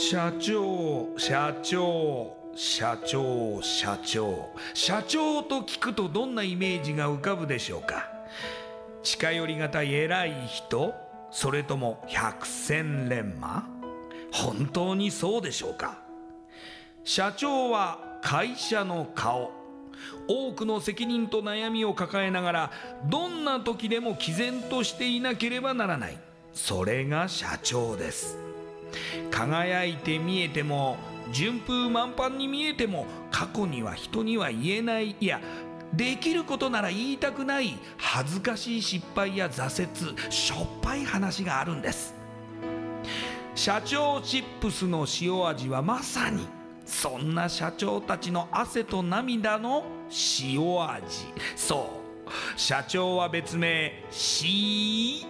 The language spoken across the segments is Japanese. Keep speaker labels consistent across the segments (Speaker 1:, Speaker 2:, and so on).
Speaker 1: 社長社長社長社長社長と聞くとどんなイメージが浮かぶでしょうか。近寄りがたい偉い人、それとも百戦錬磨。本当にそうでしょうか。社長は会社の顔。多くの責任と悩みを抱えながらどんな時でも毅然としていなければならない。それが社長です。輝いて見えても順風満帆に見えても、過去には人には言えない、いやできることなら言いたくない恥ずかしい失敗や挫折、しょっぱい話があるんです。社長チップスの塩味はまさにそんな社長たちの汗と涙の塩味。そう社長は別名 CEO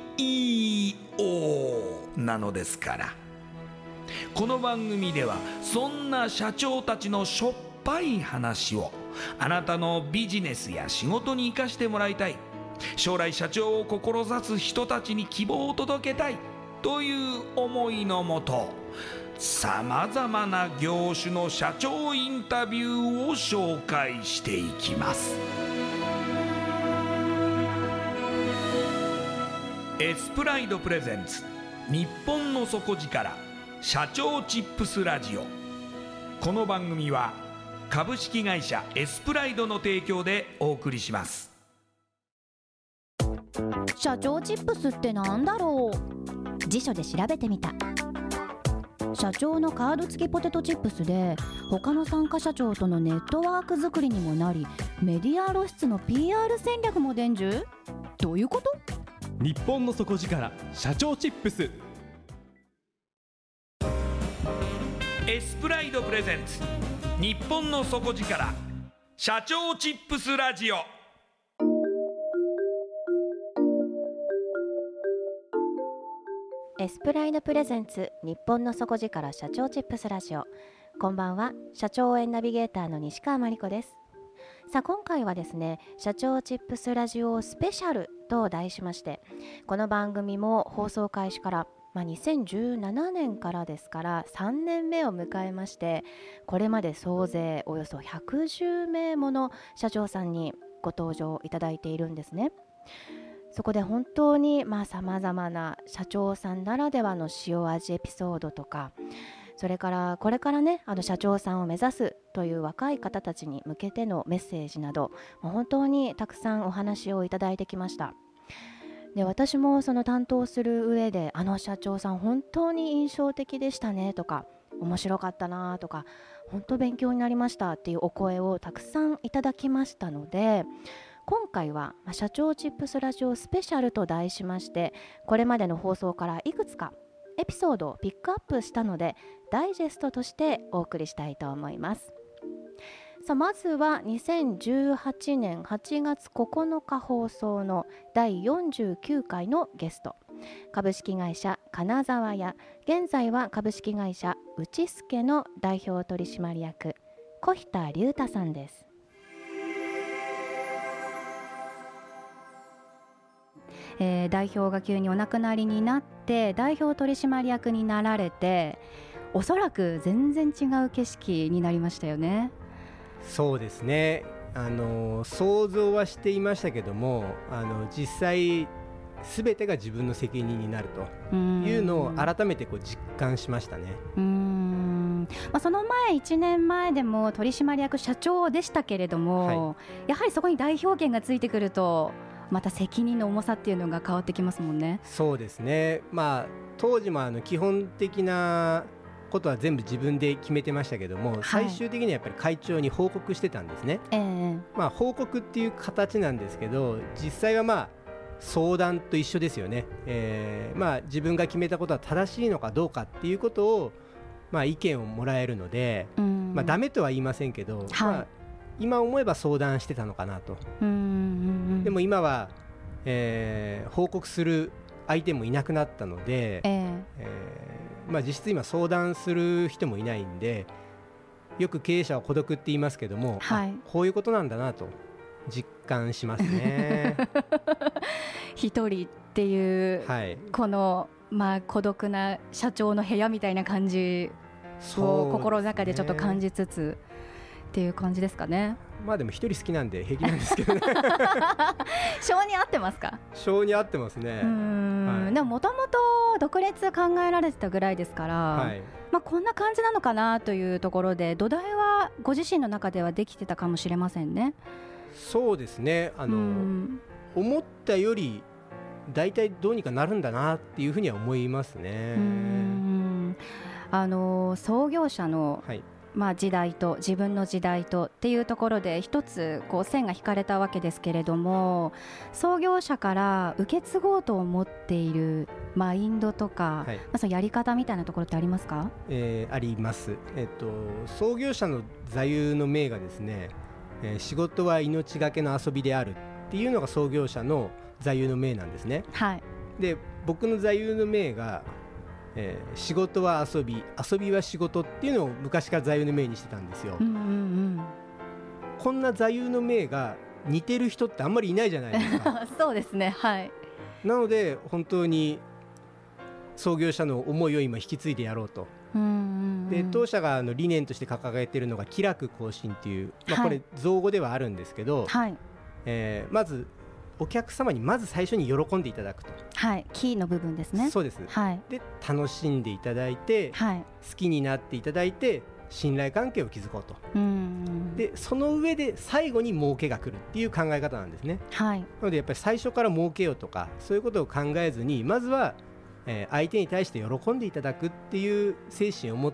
Speaker 1: なのですから。この番組ではそんな社長たちのしょっぱい話をあなたのビジネスや仕事に生かしてもらいたい、将来社長を志す人たちに希望を届けたいという思いのもと、さまざまな業種の社長インタビューを紹介していきます。エスプライドプレゼンツ日本の底力社長チップスラジオ。この番組は株式会社エスプライドの提供でお送りします。
Speaker 2: 社長チップスってなんだろう。辞書で調べてみた。社長のカード付きポテトチップスで他の参加社長とのネットワーク作りにもなり、メディア露出の PR 戦略も伝授。どういうこと？
Speaker 3: 日本の底力社長チップス。
Speaker 1: エスプライドプレゼンツ日本の底力社長チップスラジオ。
Speaker 2: エスプライドプレゼンツ日本の底力社長チップスラジオ。こんばんは、社長応援ナビゲーターの西川真理子です。さあ今回はですね、社長チップスラジオスペシャルと題しまして、この番組も放送開始から2017年からですから3年目を迎えまして、これまで総勢およそ110名もの社長さんにご登場いただいているんですね。そこで本当にさまざまな社長さんならではの塩味エピソードとか、それからこれからね社長さんを目指すという若い方たちに向けてのメッセージなど、本当にたくさんお話をいただいてきました。で、私もその担当する上で、社長さん本当に印象的でしたねとか、面白かったなとか、本当勉強になりましたっていうお声をたくさんいただきましたので、今回は社長チップスラジオスペシャルと題しまして、これまでの放送からいくつかエピソードをピックアップしたのでダイジェストとしてお送りしたいと思います。さあまずは2018年8月9日放送の第49回のゲスト、株式会社金沢屋、現在は株式会社内助の代表取締役小日田龍太さんです。代表が急にお亡くなりになって代表取締役になられて、おそらく全然違う景色になりましたよね。
Speaker 4: そうですね、想像はしていましたけども、実際全てが自分の責任になるというのを改めて実感しましたね。
Speaker 2: その前1年前でも取締役社長でしたけれども、やはりそこに代表権がついてくるとまた責任の重さっていうのが変わってきますもんね。
Speaker 4: そうですね、当時も基本的なことは全部自分で決めてましたけども、最終的にはやっぱり会長に報告してたんですね。報告っていう形なんですけど、実際は相談と一緒ですよね。自分が決めたことは正しいのかどうかっていうことを、意見をもらえるので、ダメとは言いませんけど、今思えば相談してたのかなと。でも今は、報告する相手もいなくなったので、実質今相談する人もいないんで、よく経営者は孤独って言いますけども、こういうことなんだなと実感しますね。
Speaker 2: 一人っていう、この孤独な社長の部屋みたいな感じ心の中でちょっと感じつつっていう感じですかね。
Speaker 4: まあでも一人好きなんで平気なんですけどね
Speaker 2: 性に合ってますか？
Speaker 4: 性に合ってますね。
Speaker 2: はい、でももともと独立考えられてたぐらいですから、はい、こんな感じなのかなというところで土台はご自身の中ではできてたかもしれませんね。
Speaker 4: そうですね、思ったよりだいたいどうにかなるんだなっていうふうには思いますね。
Speaker 2: 創業者の、はい、時代と自分の時代とっていうところで一つ線が引かれたわけですけれども、創業者から受け継ごうと思っているマインドとか、はい、そのやり方みたいなところってありますか？
Speaker 4: あります、創業者の座右の銘がですね、仕事は命がけの遊びであるっていうのが創業者の座右の銘なんですね。はい、で僕の座右の銘が仕事は遊び、遊びは仕事っていうのを昔から座右の銘にしてたんですよ。こんな座右の銘が似てる人ってあんまりいないじゃないですか
Speaker 2: そうですね、はい、
Speaker 4: なので本当に創業者の思いを今引き継いでやろうと。で当社が理念として掲げているのが気楽行進っていう、これ造語ではあるんですけど、はい、まずお客様にまず最初に喜んでいただくと、はい、
Speaker 2: キーの部分ですね。
Speaker 4: そうです、はい、で楽しんでいただいて、はい、好きになっていただいて信頼関係を築こうと。でその上で最後に儲けが来るっていう考え方なんですね。はい、なのでやっぱり最初から儲けようとかそういうことを考えずにまずは、相手に対して喜んでいただくっていう精神を持って、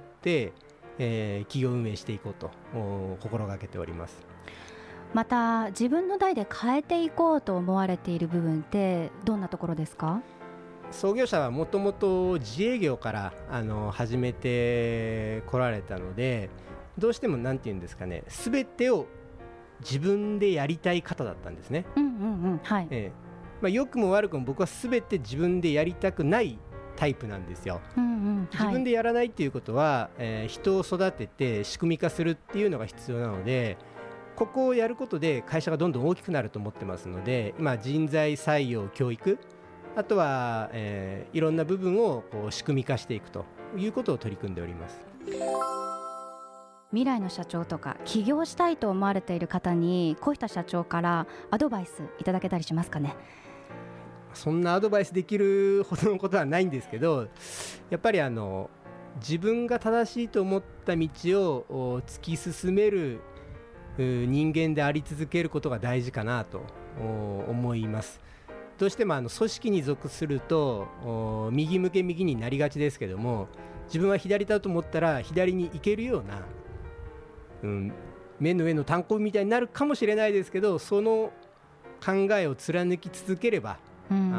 Speaker 4: 企業運営していこうと心がけております。
Speaker 2: また自分の代で変えていこうと思われている部分ってどんなところですか？
Speaker 4: 創業者はもともと自営業から始めてこられたので、どうしてもなんていうんですかね、全てを自分でやりたい方だったんですね。良くも悪くも僕は全て自分でやりたくないタイプなんですよ。自分でやらないっていうことは、人を育てて仕組み化するっていうのが必要なので、ここをやることで会社がどんどん大きくなると思ってますので、人材採用教育、あとは、いろんな部分を仕組み化していくということを取り組んでおります。
Speaker 2: 未来の社長とか起業したいと思われている方にこうした社長からアドバイスいただけたりしますかね？
Speaker 4: そんなアドバイスできるほどのことはないんですけど、やっぱり自分が正しいと思った道を突き進める人間であり続けることが大事かなと思います。どうしても組織に属すると右向け右になりがちですけども、自分は左だと思ったら左に行けるような、目の上の炭鉱みたいになるかもしれないですけど、その考えを貫き続ければ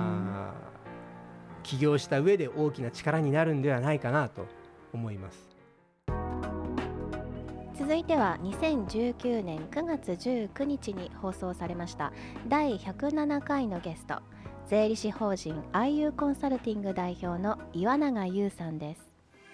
Speaker 4: 起業した上で大きな力になるんではないかなと思います。
Speaker 2: 続いては2019年9月19日に放送されました第107回のゲスト、税理士法人 IU コンサルティング代表の岩永優さんです。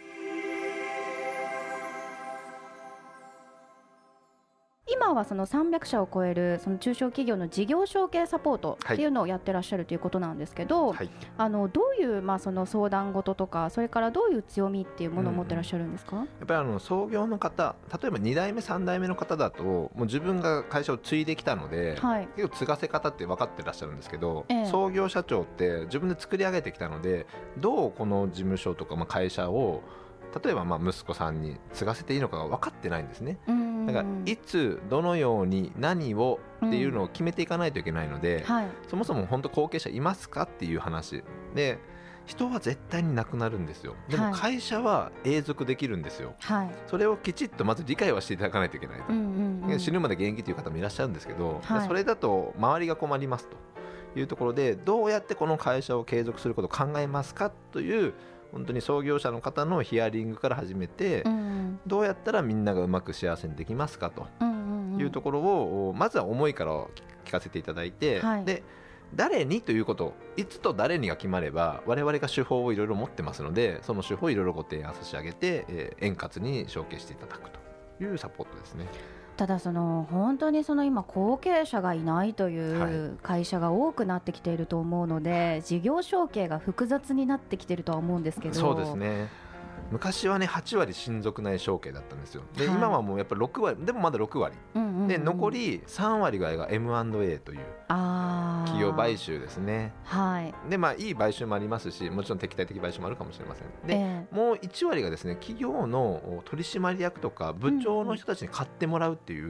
Speaker 2: 今はその300社を超えるその中小企業の事業承継サポートっていうのをやってらっしゃるということなんですけど、はい、どういうその相談事とか、それからどういう強みっていうものを持ってらっしゃるんですか？
Speaker 5: やっぱり創業の方、例えば2代目3代目の方だともう自分が会社を継いできたので、はい、結構継がせ方って分かってらっしゃるんですけど、創業社長って自分で作り上げてきたので、どうこの事務所とか会社を例えば息子さんに継がせていいのかが分かってないんですね。だからいつどのように何をっていうのを決めていかないといけないので、はい、そもそも本当後継者いますかっていう話で、人は絶対になくなるんですよ。でも会社は永続できるんですよ、はい、それをきちっとまず理解はしていただかないといけないと、死ぬまで現役という方もいらっしゃるんですけど、はい、それだと周りが困りますというところで、どうやってこの会社を継続することを考えますかという本当に創業者の方のヒアリングから始めて、どうやったらみんながうまく幸せにできますかというところをまずは思いから聞かせていただいて、はい、で誰にということ、いつと誰にが決まれば我々が手法をいろいろ持ってますので、その手法をいろいろご提案差し上げて、円滑に承継していただくというサポートですね。
Speaker 2: ただ本当に今後継者がいないという会社が多くなってきていると思うので、事業承継が複雑になってきているとは思うんですけど。
Speaker 5: そうですね。 昔はね8割親族内承継だったんですよ。で、今はもうやっぱり6割でもまだ6割、で残り3割ぐらいが M&A という企業買収ですね。でいい買収もありますし、もちろん敵対的買収もあるかもしれません。で、もう1割がですね企業の取締役とか部長の人たちに買ってもらうっていう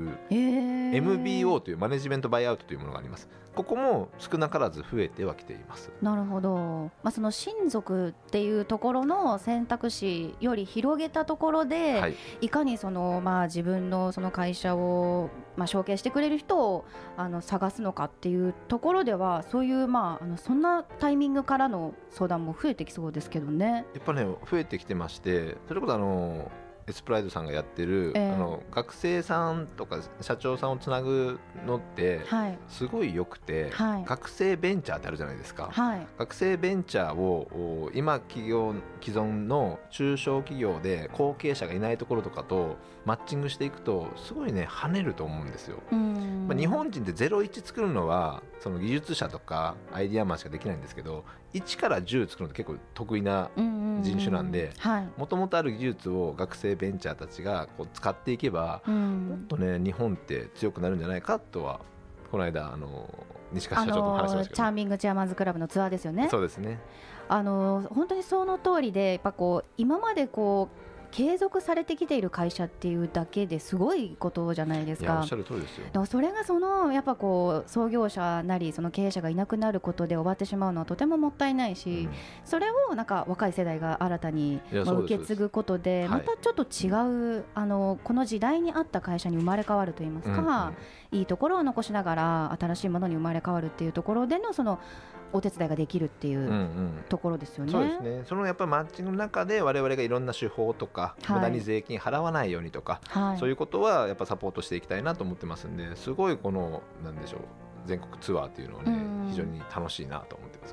Speaker 5: 、MBO というマネジメントバイアウトというものがあります。ここも少なからず増えてはきています。
Speaker 2: なるほど、その親族っていうところの選択肢より広げたところで、いかにその、自分のその会社を、承継してくれる人を探すのかっていうところでは、そういう、そんなタイミングからの相談も増えてきそうですけどね。
Speaker 5: やっぱね増えてきてまして、それこそエスプライドさんがやってる、学生さんとか社長さんをつなぐのってすごい良くて、学生ベンチャーってあるじゃないですか、学生ベンチャーを今既存の中小企業で後継者がいないところとかとマッチングしていくとすごいね跳ねると思うんですよ。日本人で01作るのはその技術者とかアイディアマンしかできないんですけど、1から10作るのって結構得意な人種なんで、もともとある技術を学生ベンチャーたちがこう使っていけば、もっとね日本って強くなるんじゃないかとはこの間西川社長と話しましたけど、
Speaker 2: チャーミングチェアマンズクラブのツアーですよね。
Speaker 5: そうですね。
Speaker 2: 本当にその通りで、やっぱ今まで継続されてきている会社っていうだけですごいことじゃないですか。
Speaker 5: いやおっしゃる通りですよ。
Speaker 2: でもそれがやっぱ創業者なりその経営者がいなくなることで終わってしまうのはとてももったいないし、それを若い世代が新たに受け継ぐことでまたちょっと違う、この時代に合った会社に生まれ変わるといいますか、いいところを残しながら新しいものに生まれ変わるっていうところでのそのお手伝いができるっていうところですよね。
Speaker 5: そうですね。そのやっぱりマッチングの中で我々がいろんな手法とか、無駄に税金払わないようにとか、そういうことはやっぱサポートしていきたいなと思ってますんで、すごいなんでしょう、全国ツアーっていうのはね、非常に楽しいなと思ってます。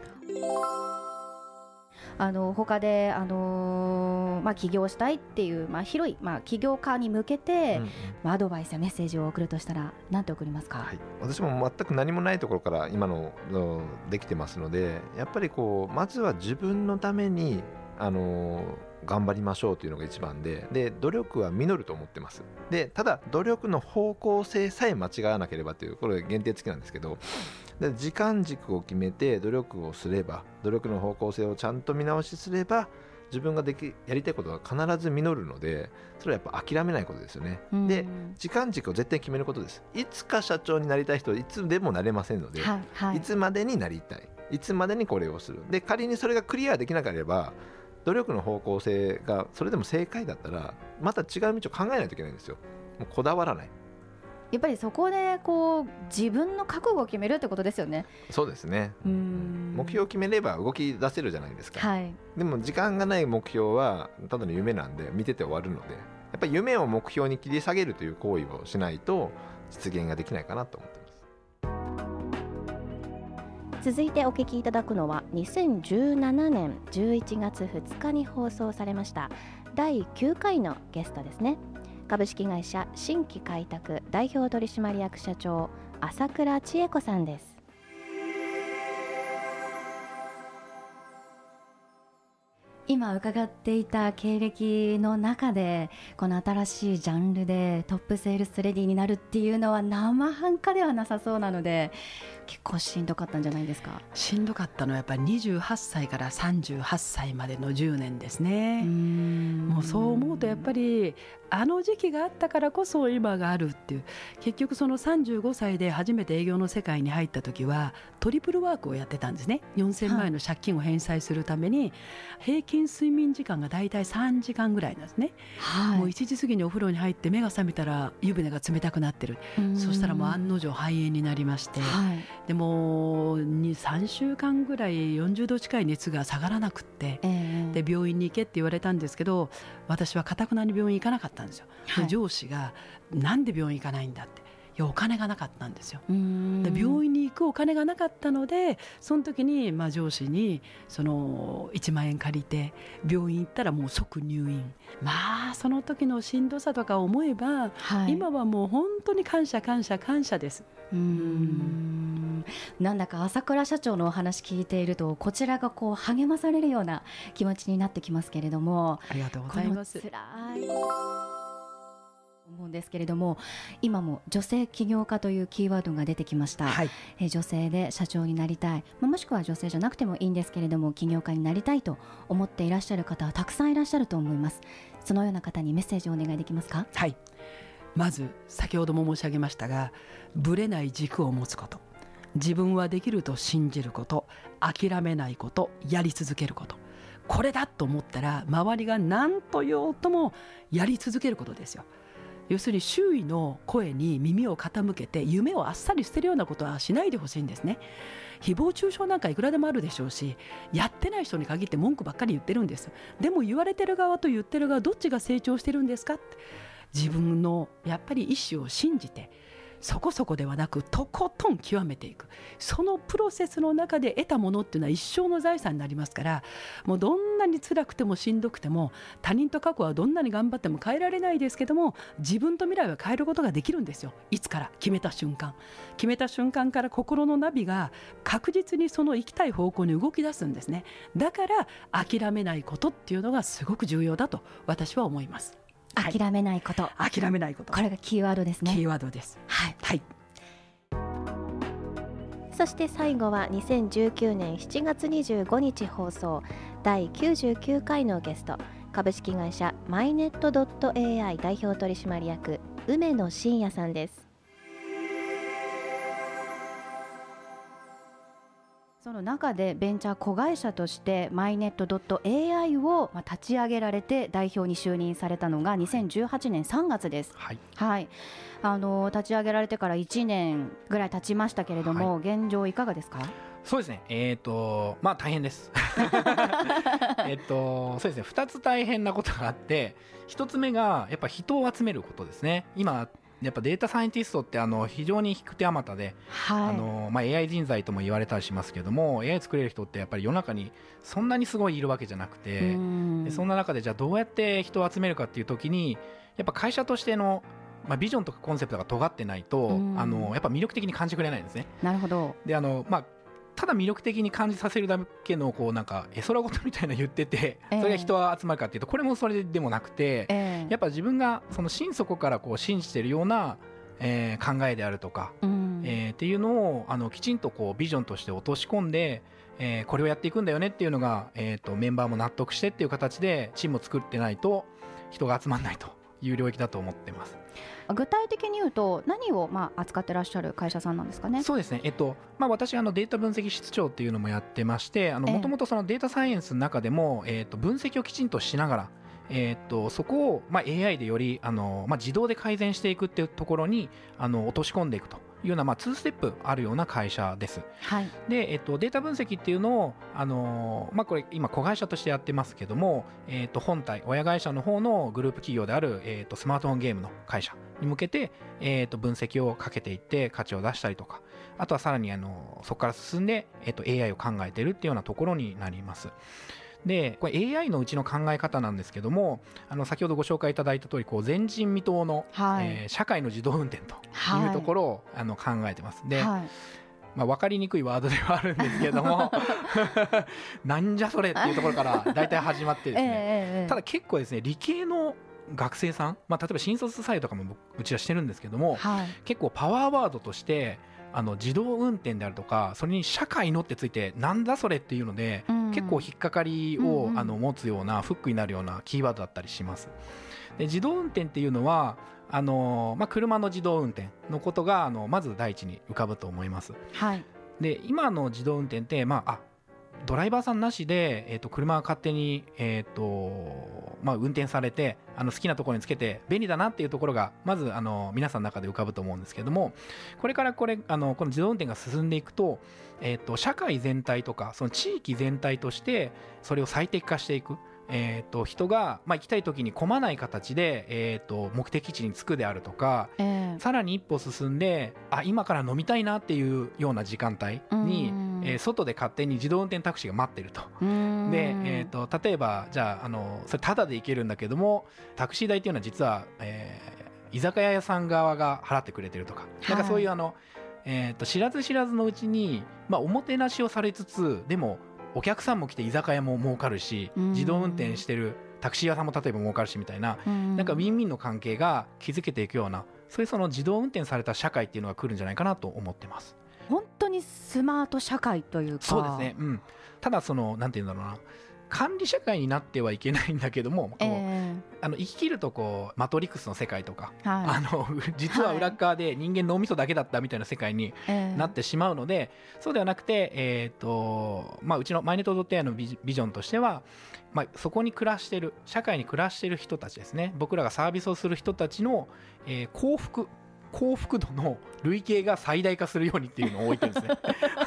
Speaker 2: 他で、起業したいっていう、広い、起業家に向けて、アドバイスやメッセージを送るとしたら何て送りますか？
Speaker 5: 私も全く何もないところから今のできてますので、やっぱりまずは自分のために頑張りましょうというのが一番で、努力は実ると思ってます。でただ努力の方向性さえ間違わなければという、これ限定付きなんですけど、で時間軸を決めて努力をすれば、努力の方向性をちゃんと見直しすれば、自分がやりたいことは必ず実るので、それはやっぱ諦めないことですよね。で時間軸を絶対決めることです。いつか社長になりたい人はいつでもなれませんので、いつまでになりたい、いつまでにこれをする。で仮にそれがクリアできなければ、努力の方向性がそれでも正解だったらまた違う道を考えないといけないんですよ。もうこだわらない。
Speaker 2: やっぱりそこで自分の覚悟を決めるってことですよね。
Speaker 5: そうですね。目標を決めれば動き出せるじゃないですか、でも時間がない目標はただの夢なんで、見てて終わるので、やっぱり夢を目標に切り下げるという行為をしないと実現ができないかなと思ってます。
Speaker 2: 続いてお聞きいただくのは2017年11月2日に放送されました第9回のゲストですね。株式会社新規開拓代表取締役社長朝倉千恵子さんです。今伺っていた経歴の中で、この新しいジャンルでトップセールスレディになるっていうのは生半可ではなさそうなので、結構しんどかったんじゃないですか？
Speaker 6: しんどかったのはやっぱり28歳から38歳までの10年ですね。もうそう思うとやっぱりあの時期があったからこそ今があるっていう。結局その35歳で初めて営業の世界に入った時はトリプルワークをやってたんですね。4000万円の借金を返済するために平均睡眠時間がだいたい3時間ぐらいなんですね、もう1時過ぎにお風呂に入って目が覚めたら湯船が冷たくなってる。そしたらもう案の定肺炎になりまして、でも 3週間ぐらい40度近い熱が下がらなくって、で病院に行けって言われたんですけど、私は堅くなに病院行かなかったんですよ、上司がなんで病院行かないんだって、 お金がなかったんですよ。で病院に行くお金がなかったので、その時に上司にその1万円借りて病院行ったらもう即入院。その時のしんどさとか思えば、今はもう本当に感謝です。
Speaker 2: なんだか朝倉社長のお話聞いていると、こちらがこう励まされるような気持ちになってきますけれども、
Speaker 6: ありがとうございます。
Speaker 2: この辛い思うんですけれども、今も女性起業家というキーワードが出てきました。女性で社長になりたい、もしくは女性じゃなくてもいいんですけれども、起業家になりたいと思っていらっしゃる方はたくさんいらっしゃると思います。そのような方にメッセージをお願いできますか？
Speaker 6: まず先ほども申し上げましたが、ぶれない軸を持つこと、自分はできると信じること、諦めないこと、やり続けること、これだと思ったら周りが何と言おうともやり続けることですよ。要するに周囲の声に耳を傾けて夢をあっさり捨てるようなことはしないでほしいんですね。誹謗中傷なんかいくらでもあるでしょうし、やってない人に限って文句ばっかり言ってるんです。でも言われてる側と言ってる側、どっちが成長してるんですかって、自分のやっぱり意思を信じて、そこそこではなくとことん極めていく、そのプロセスの中で得たものっていうのは一生の財産になりますから、もうどんなに辛くてもしんどくても、他人と過去はどんなに頑張っても変えられないですけども、自分と未来は変えることができるんですよ。いつから？決めた瞬間から心のナビが確実にその行きたい方向に動き出すんですね。だから諦めないことっていうのがすごく重要だと私は思います。
Speaker 2: 諦めないこと、これがキーワードですね。
Speaker 6: キーワードです。
Speaker 2: そして最後は2019年7月25日放送第99回のゲスト、株式会社マイネット .ai 代表取締役梅野真也さんです。その中でベンチャー子会社としてマイネット .ai を立ち上げられて代表に就任されたのが2018年3月です。立ち上げられてから1年ぐらい経ちましたけれども、現状いかがですか？
Speaker 7: そうですね、大変ですそうですね、2つ大変なことがあって、1つ目がやっぱ人を集めることですね。今やっぱデータサイエンティストって非常に引く手あまたで、AI 人材とも言われたりしますけども、 AI 作れる人ってやっぱり世の中にそんなにすごいいるわけじゃなくて、でそんな中でじゃあどうやって人を集めるかっていう時に、やっぱ会社としてのビジョンとかコンセプトが尖ってないと、やっぱ魅力的に感じてくれないんですね。
Speaker 2: なるほど。
Speaker 7: でただ魅力的に感じさせるだけのなんか絵空事みたいな言ってて、それが人は集まるかっていうと、これもそれでもなくて、やっぱ自分がその心底から信じてるような、考えであるとか、っていうのをきちんとビジョンとして落とし込んで、これをやっていくんだよねっていうのが、メンバーも納得してっていう形でチームを作ってないと人が集まらないという領域だと思ってます。
Speaker 2: 具体的に言うと何を扱ってらっしゃる会社さんなんですかね？
Speaker 7: そうですね、私データ分析室長っていうのもやってまして、もともとそのデータサイエンスの中でも、分析をきちんとしながら、そこをAI でより自動で改善していくっていうところに落とし込んでいくというような2ステップあるような会社です。で、データ分析っていうのをこれ今子会社としてやってますけども、本体親会社の方のグループ企業である、スマートフォンゲームの会社に向けて、分析をかけていって価値を出したりとか、あとはさらにそこから進んで、AI を考えているっていうようなところになります。でこれ AI のうちの考え方なんですけども、先ほどご紹介いただいた通り前人未到の、社会の自動運転というところを、考えてます。で、分かりにくいワードではあるんですけれどもなんじゃそれっていうところから大体始まってですね、ただ結構ですね、理系の学生さん、例えば新卒採用とかもうちはしてるんですけども、結構パワーワードとして自動運転であるとか、それに社会のってついてなんだそれっていうので、結構引っかかりを、持つようなフックになるようなキーワードだったりします。で自動運転っていうのは車の自動運転のことがまず第一に浮かぶと思います。で今の自動運転ってドライバーさんなしで、車が勝手に、運転されて好きなところにつけて便利だなっていうところがまず皆さんの中で浮かぶと思うんですけども、これからこの自動運転が進んでいくと、社会全体とかその地域全体としてそれを最適化していく、 人が、行きたい時に混まない形で、目的地に着くであるとか、さらに一歩進んで今から飲みたいなっていうような時間帯に、外で勝手に自動運転タクシーが待ってると。で、例えばじゃあ、それタダで行けるんだけどもタクシー代っていうのは実は、居酒屋さん側が払ってくれてるとか、なんかそういう知らず知らずのうちに、おもてなしをされつつでもお客さんも来て居酒屋も儲かるし、自動運転してるタクシー屋さんも例えば儲かるしみたいな、なんかウィンウィンの関係が築けていくような、そういうその自動運転された社会っていうのが来るんじゃないかなと思ってます。
Speaker 2: 本当にスマート社会というか。
Speaker 7: そうですね、ただなんていうんだろうな、管理社会になってはいけないんだけども、生き切るとマトリックスの世界とか、実は裏側で人間脳みそだけだったみたいな世界になってしまうので、そうではなくて、うちのマイネット.aiのビジョンとしては、そこに暮らしてる社会に暮らしてる人たちですね、僕らがサービスをする人たちの、幸福度の累計が最大化するようにっていうのを置いてるんですね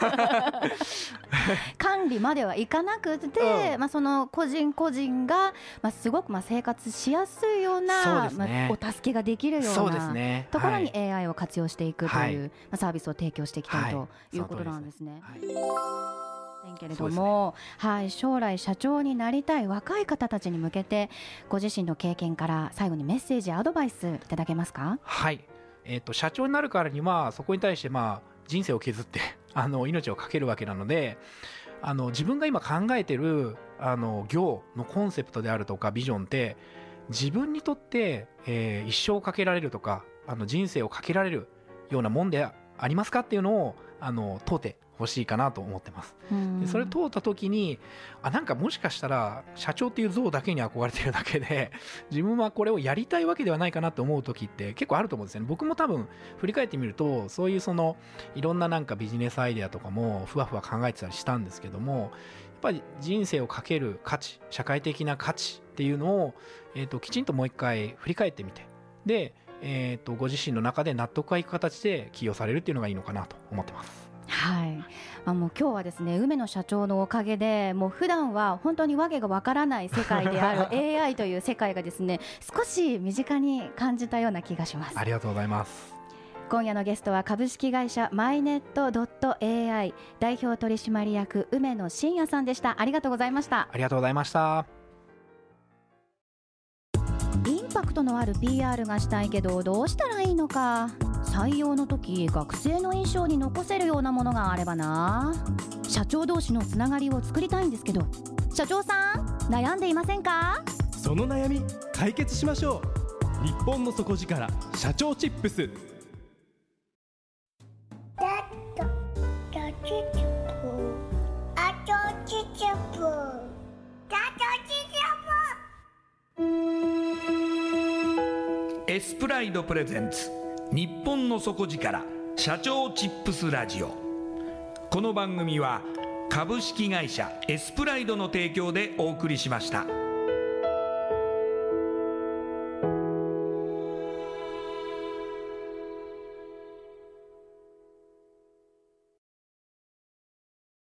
Speaker 2: 管理まではいかなくて、その個人個人が、すごく生活しやすいような、お助けができるようなところに AI を活用していくという、サービスを提供していきたいということなんですね。けれども、将来社長になりたい若い方たちに向けてご自身の経験から最後にメッセージアドバイスいただけますか？
Speaker 7: はい、社長になるからにはそこに対して人生を削って命をかけるわけなので、自分が今考えてる業のコンセプトであるとかビジョンって自分にとって、一生をかけられるとか人生をかけられるようなもんでありますかっていうのを問うて欲しいかなと思ってます。でそれ問うた時になんかもしかしたら社長っていう像だけに憧れてるだけで自分はこれをやりたいわけではないかなと思う時って結構あると思うんですよね。僕も多分振り返ってみるとそういういろんななんかビジネスアイデアとかもふわふわ考えてたりしたんですけども、やっぱり人生をかける価値、社会的な価値っていうのを、きちんともう一回振り返ってみて、で、ご自身の中で納得がいく形で起用されるっていうのがいいのかなと思ってます。
Speaker 2: はい、もう今日はですね、梅野社長のおかげでもう普段は本当にわけがわからない世界であるAI という世界がですね少し身近に感じたような気がします。
Speaker 7: ありがとうございます。
Speaker 2: 今夜のゲストは株式会社マイネット.ai代表取締役梅野真也さんでした。ありがとうございました。
Speaker 7: ありがとうございました。
Speaker 2: インパクトのある PR がしたいけどどうしたらいいのか。採用の時学生の印象に残せるようなものがあればな。社長同士のつながりを作りたいんですけど、社長さん悩んでいませんか？
Speaker 3: その悩み解決しましょう。日本の底力社長チップス。
Speaker 1: エスプライドプレゼンツ日本の底力社長チップスラジオ。この番組は株式会社エスプライドの提供でお送りしました。